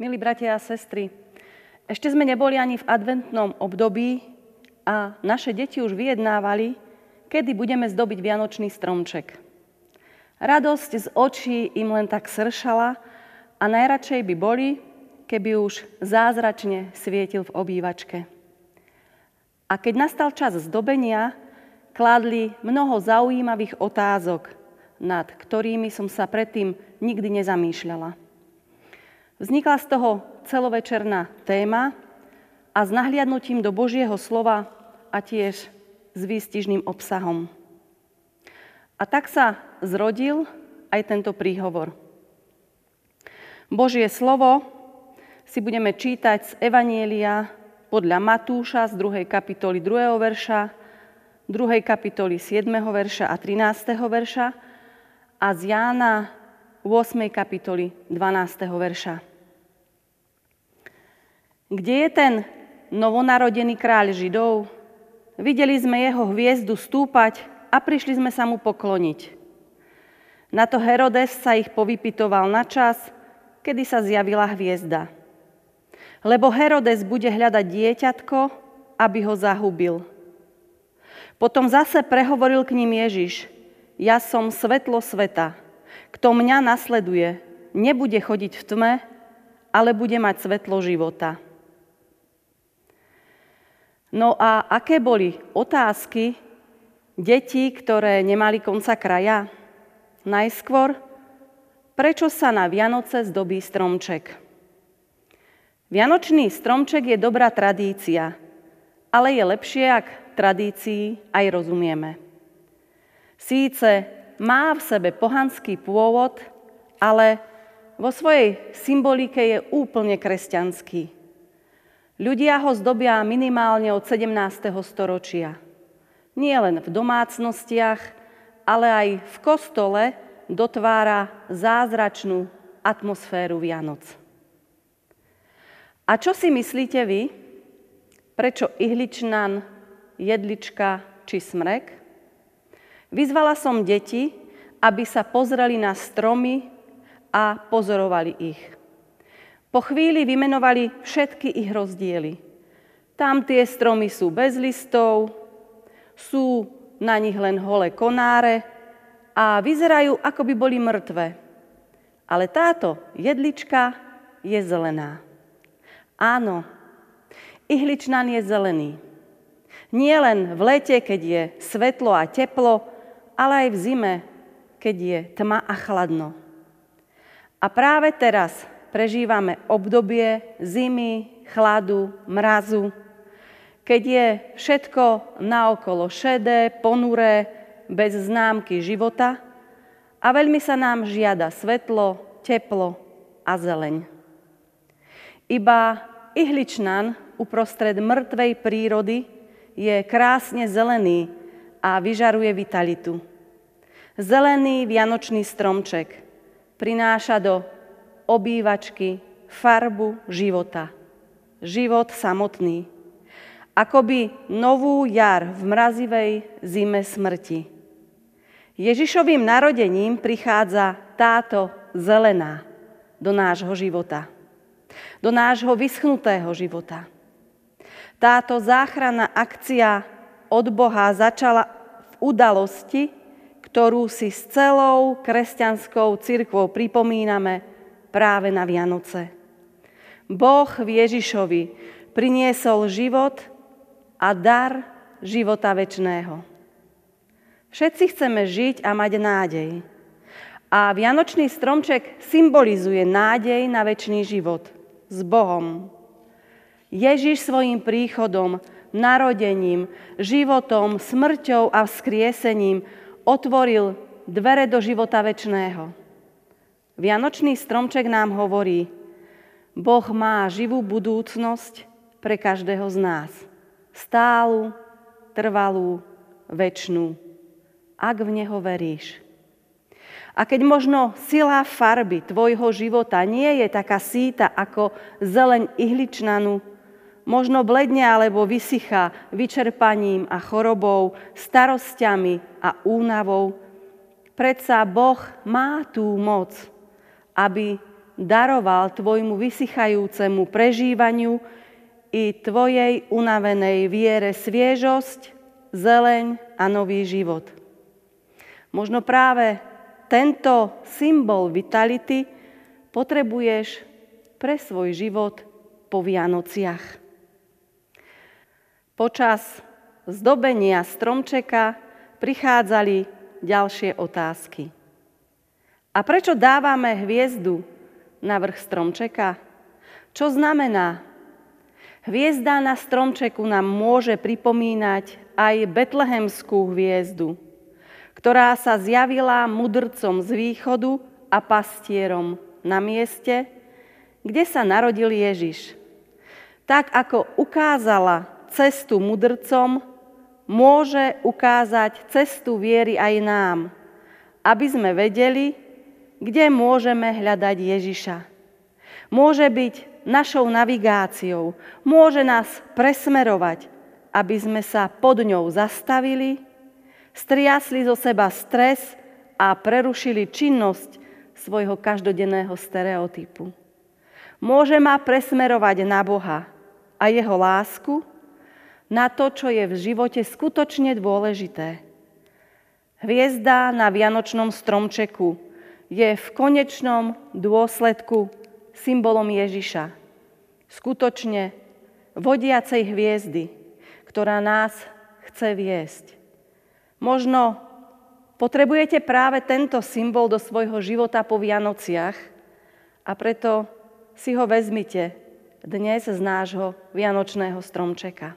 Milí bratia a sestry, ešte sme neboli ani v adventnom období a naše deti už vyjednávali, kedy budeme zdobiť vianočný stromček. Radosť z očí im len tak sršala a najradšej by boli, keby už zázračne svietil v obývačke. A keď nastal čas zdobenia, kládli mnoho zaujímavých otázok, nad ktorými som sa predtým nikdy nezamýšľala. Vznikla z toho celovečerná téma a s nahliadnutím do Božieho slova a tiež s výstižným obsahom. A tak sa zrodil aj tento príhovor. Božie slovo si budeme čítať z Evanjelia podľa Matúša z 2. kapitoly 2. verša, 2. kapitoly 7. verša a 13. verša a z Jána 8. kapitoly 12. verša. Kde je ten novonarodený kráľ Židov? Videli sme jeho hviezdu stúpať a prišli sme sa mu pokloniť. Na to Herodes sa ich povypytoval na čas, kedy sa zjavila hviezda. Lebo Herodes bude hľadať dieťatko, aby ho zahubil. Potom zase prehovoril k ním Ježiš: Ja som svetlo sveta. Kto mňa nasleduje, nebude chodiť v tme, ale bude mať svetlo života. No a aké boli otázky detí, ktoré nemali konca kraja? Najskôr, prečo sa na Vianoce zdobí stromček? Vianočný stromček je dobrá tradícia, ale je lepšie, ak tradícii aj rozumieme. Síce má v sebe pohanský pôvod, ale vo svojej symbolike je úplne kresťanský. Ľudia ho zdobia minimálne od 17. storočia. Nie len v domácnostiach, ale aj v kostole dotvára zázračnú atmosféru Vianoc. A čo si myslíte vy? Prečo ihličnan, jedlička či smrek? Vyzvala som deti, aby sa pozreli na stromy a pozorovali ich. Po chvíli vymenovali všetky ich rozdiely. Tam tie stromy sú bez listov, sú na nich len holé konáre a vyzerajú, ako by boli mŕtve. Ale táto jedlička je zelená. Áno, ihličnan je zelený. Nie len v lete, keď je svetlo a teplo, ale aj v zime, keď je tma a chladno. A práve teraz prežívame obdobie zimy, chladu, mrazu, keď je všetko naokolo šedé, ponuré, bez známky života a veľmi sa nám žiada svetlo, teplo a zeleň. Iba ihličnan uprostred mŕtvej prírody je krásne zelený a vyžaruje vitalitu. Zelený vianočný stromček prináša do obývačky farbu života. Život samotný. Akoby novú jar v mrazivej zime smrti. Ježišovým narodením prichádza táto zelená do nášho života. Do nášho vyschnutého života. Táto záchranná akcia od Boha začala v udalosti, ktorú si s celou kresťanskou cirkvou pripomíname práve na Vianoce. Boh v Ježišovi priniesol život a dar života večného. Všetci chceme žiť a mať nádej. A vianočný stromček symbolizuje nádej na večný život s Bohom. Ježiš svojím príchodom, narodením, životom, smrťou a vzkriesením otvoril dvere do života večného. Vianočný stromček nám hovorí: Boh má živú budúcnosť pre každého z nás. Stálu, trvalú, večnú, ak v Neho veríš. A keď možno sila farby tvojho života nie je taká síta ako zeleň ihličnanu, možno bledne alebo vysychá vyčerpaním a chorobou, starosťami a únavou, predsa Boh má tú moc, aby daroval tvojmu vysychajúcemu prežívaniu i tvojej unavenej viere sviežosť, zeleň a nový život. Možno práve tento symbol vitality potrebuješ pre svoj život po Vianociach. Počas zdobenia stromčeka prichádzali ďalšie otázky. A prečo dávame hviezdu na vrch stromčeka? Čo znamená? Hviezda na stromčeku nám môže pripomínať aj betlehemskú hviezdu, ktorá sa zjavila mudrcom z východu a pastierom na mieste, kde sa narodil Ježiš. Tak ako ukázala cestu mudrcom, môže ukázať cestu viery aj nám, aby sme vedeli, kde môžeme hľadať Ježiša. Môže byť našou navigáciou, môže nás presmerovať, aby sme sa pod ňou zastavili, striasli zo seba stres a prerušili činnosť svojho každodenného stereotypu. Môže ma presmerovať na Boha a jeho lásku, na to, čo je v živote skutočne dôležité. Hviezda na vianočnom stromčeku je v konečnom dôsledku symbolom Ježiša, skutočne vodiacej hviezdy, ktorá nás chce viesť. Možno potrebujete práve tento symbol do svojho života po Vianociach a preto si ho vezmite dnes z nášho vianočného stromčeka.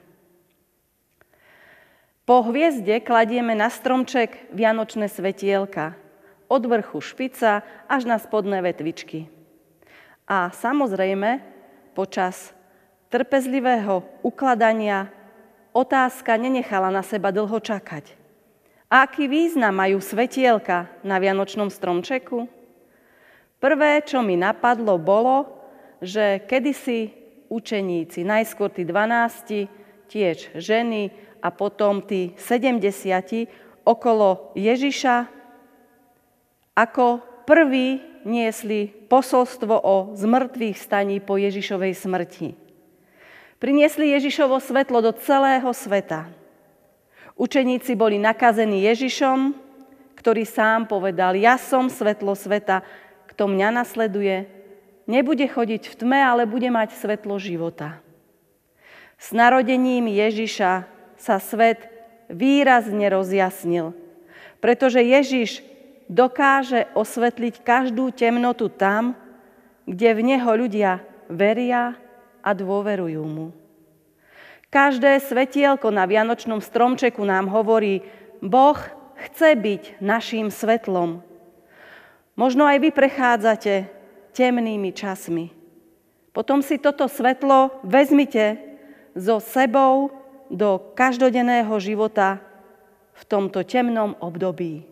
Po hviezde kladieme na stromček vianočné svetielka, od vrchu špica až na spodné vetvičky. A samozrejme, počas trpezlivého ukladania otázka nenechala na seba dlho čakať. A aký význam majú svetielka na vianočnom stromčeku? Prvé, čo mi napadlo, bolo, že kedysi učeníci, najskôr tí 12, tiež ženy a potom tí 70 okolo Ježiša, ako prví niesli posolstvo o zmrtvých staní po Ježišovej smrti. Priniesli Ježišovo svetlo do celého sveta. Učeníci boli nakazení Ježišom, ktorý sám povedal: ja som svetlo sveta, kto mňa nasleduje, nebude chodiť v tme, ale bude mať svetlo života. S narodením Ježiša sa svet výrazne rozjasnil, pretože Ježiš dokáže osvetliť každú temnotu tam, kde v neho ľudia veria a dôverujú mu. Každé svetielko na vianočnom stromčeku nám hovorí: Boh chce byť naším svetlom. Možno aj vy prechádzate temnými časmi. Potom si toto svetlo vezmite so sebou do každodenného života v tomto temnom období.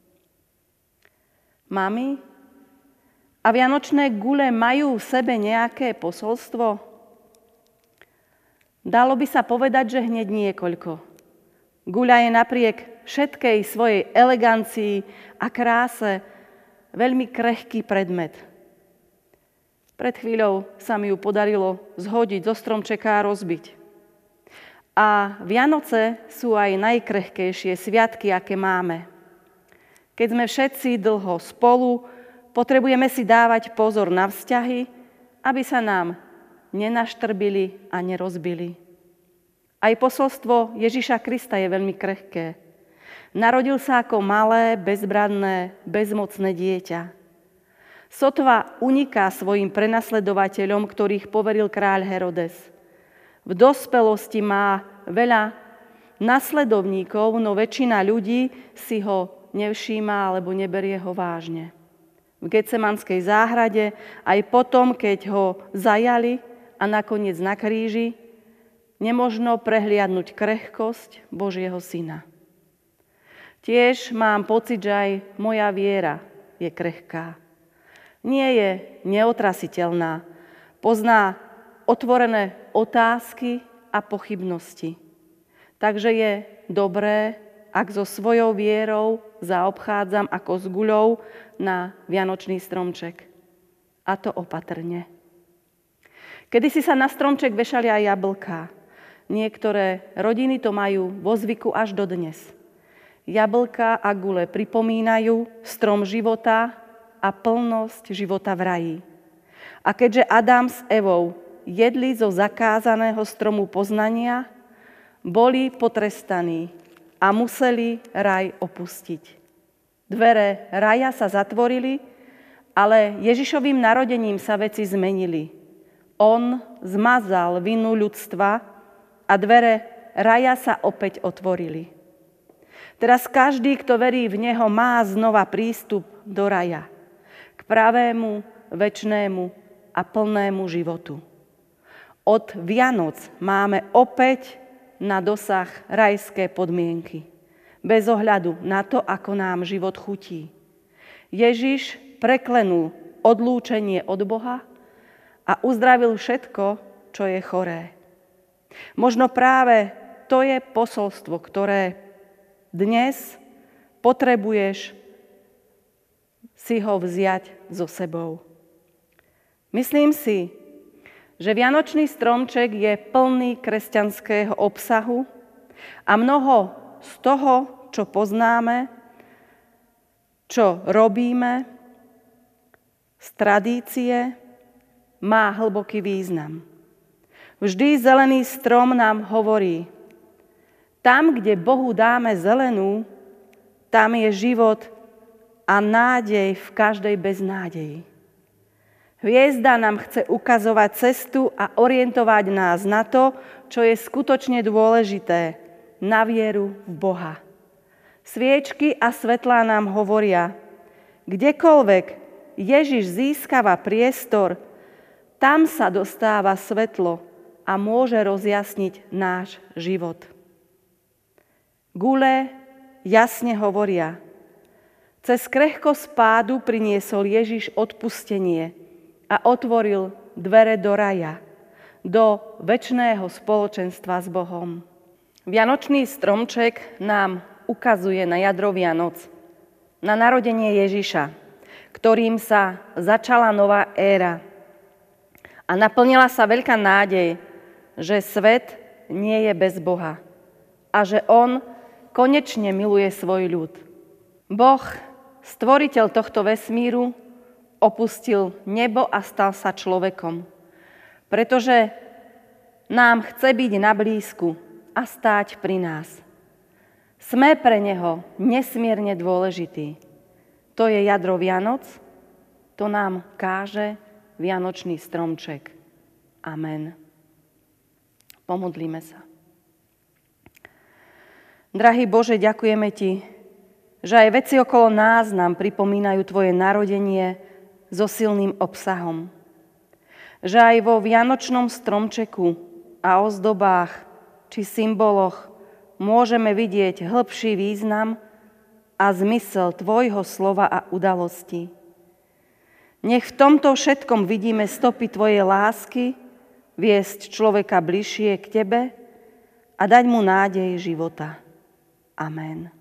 Mami, a vianočné gule majú v sebe nejaké posolstvo? Dalo by sa povedať, že hneď niekoľko. Guľa je napriek všetkej svojej elegancii a kráse veľmi krehký predmet. Pred chvíľou sa mi ju podarilo zhodiť zo stromčeka a rozbiť. A Vianoce sú aj najkrehkejšie sviatky, aké máme. Keď sme všetci dlho spolu, potrebujeme si dávať pozor na vzťahy, aby sa nám nenaštrbili a nerozbili. Aj posolstvo Ježiša Krista je veľmi krehké. Narodil sa ako malé, bezbranné, bezmocné dieťa. Sotva uniká svojim prenasledovateľom, ktorých poveril kráľ Herodes. V dospelosti má veľa nasledovníkov, no väčšina ľudí si ho nevšíma alebo neberie ho vážne. V Getsemanskej záhrade, aj potom, keď ho zajali a nakoniec na kríži, nemožno prehliadnuť krehkosť Božieho syna. Tiež mám pocit, že aj moja viera je krehká. Nie je neotrasiteľná. Pozná otvorené otázky a pochybnosti. Takže je dobré, ak so svojou vierou zaobchádzam ako s guľou na vianočný stromček. a to opatrne. Kedysi sa na stromček vešali aj jablká. Niektoré rodiny to majú vo zvyku až dodnes. Jablká a gule pripomínajú strom života a plnosť života v raji. A keďže Adam s Evou jedli zo zakázaného stromu poznania, boli potrestaní a museli raj opustiť. Dvere raja sa zatvorili, ale Ježišovým narodením sa veci zmenili. On zmazal vinu ľudstva a dvere raja sa opäť otvorili. Teraz každý, kto verí v Neho, má znova prístup do raja, k pravému, večnému a plnému životu. Od Vianoc máme opäť na dosah rajské podmienky, bez ohľadu na to, ako nám život chutí. Ježiš preklenul odlúčenie od Boha a uzdravil všetko, čo je choré. Možno práve to je posolstvo, ktoré dnes potrebuješ si ho vziať so sebou. Myslím si, že vianočný stromček je plný kresťanského obsahu a mnoho z toho, čo poznáme, čo robíme, z tradície, má hlboký význam. Vždy zelený strom nám hovorí, tam, kde Bohu dáme zelenú, tam je život a nádej v každej beznádeji. Hviezda nám chce ukazovať cestu a orientovať nás na to, čo je skutočne dôležité, na vieru v Boha. Sviečky a svetlá nám hovoria, kdekoľvek Ježiš získava priestor, tam sa dostáva svetlo a môže rozjasniť náš život. Gule jasne hovoria, cez krehkosť pádu priniesol Ježiš odpustenie a otvoril dvere do raja, do večného spoločenstva s Bohom. Vianočný stromček nám ukazuje na jadro Vianoc, na narodenie Ježiša, ktorým sa začala nová éra a naplnila sa veľká nádej, že svet nie je bez Boha a že on konečne miluje svoj ľud. Boh, stvoriteľ tohto vesmíru, opustil nebo a stal sa človekom, pretože nám chce byť na blízku a stáť pri nás. Sme pre neho nesmierne dôležití. To je jadro Vianoc, to nám káže vianočný stromček. Amen. Pomodlíme sa. Drahý Bože, ďakujeme Ti, že aj veci okolo nás nám pripomínajú Tvoje narodenie so silným obsahom. Že aj vo vianočnom stromčeku a ozdobách či symboloch môžeme vidieť hĺbší význam a zmysel Tvojho slova a udalosti. Nech v tomto všetkom vidíme stopy Tvojej lásky, viesť človeka bližšie k Tebe a dať mu nádej života. Amen.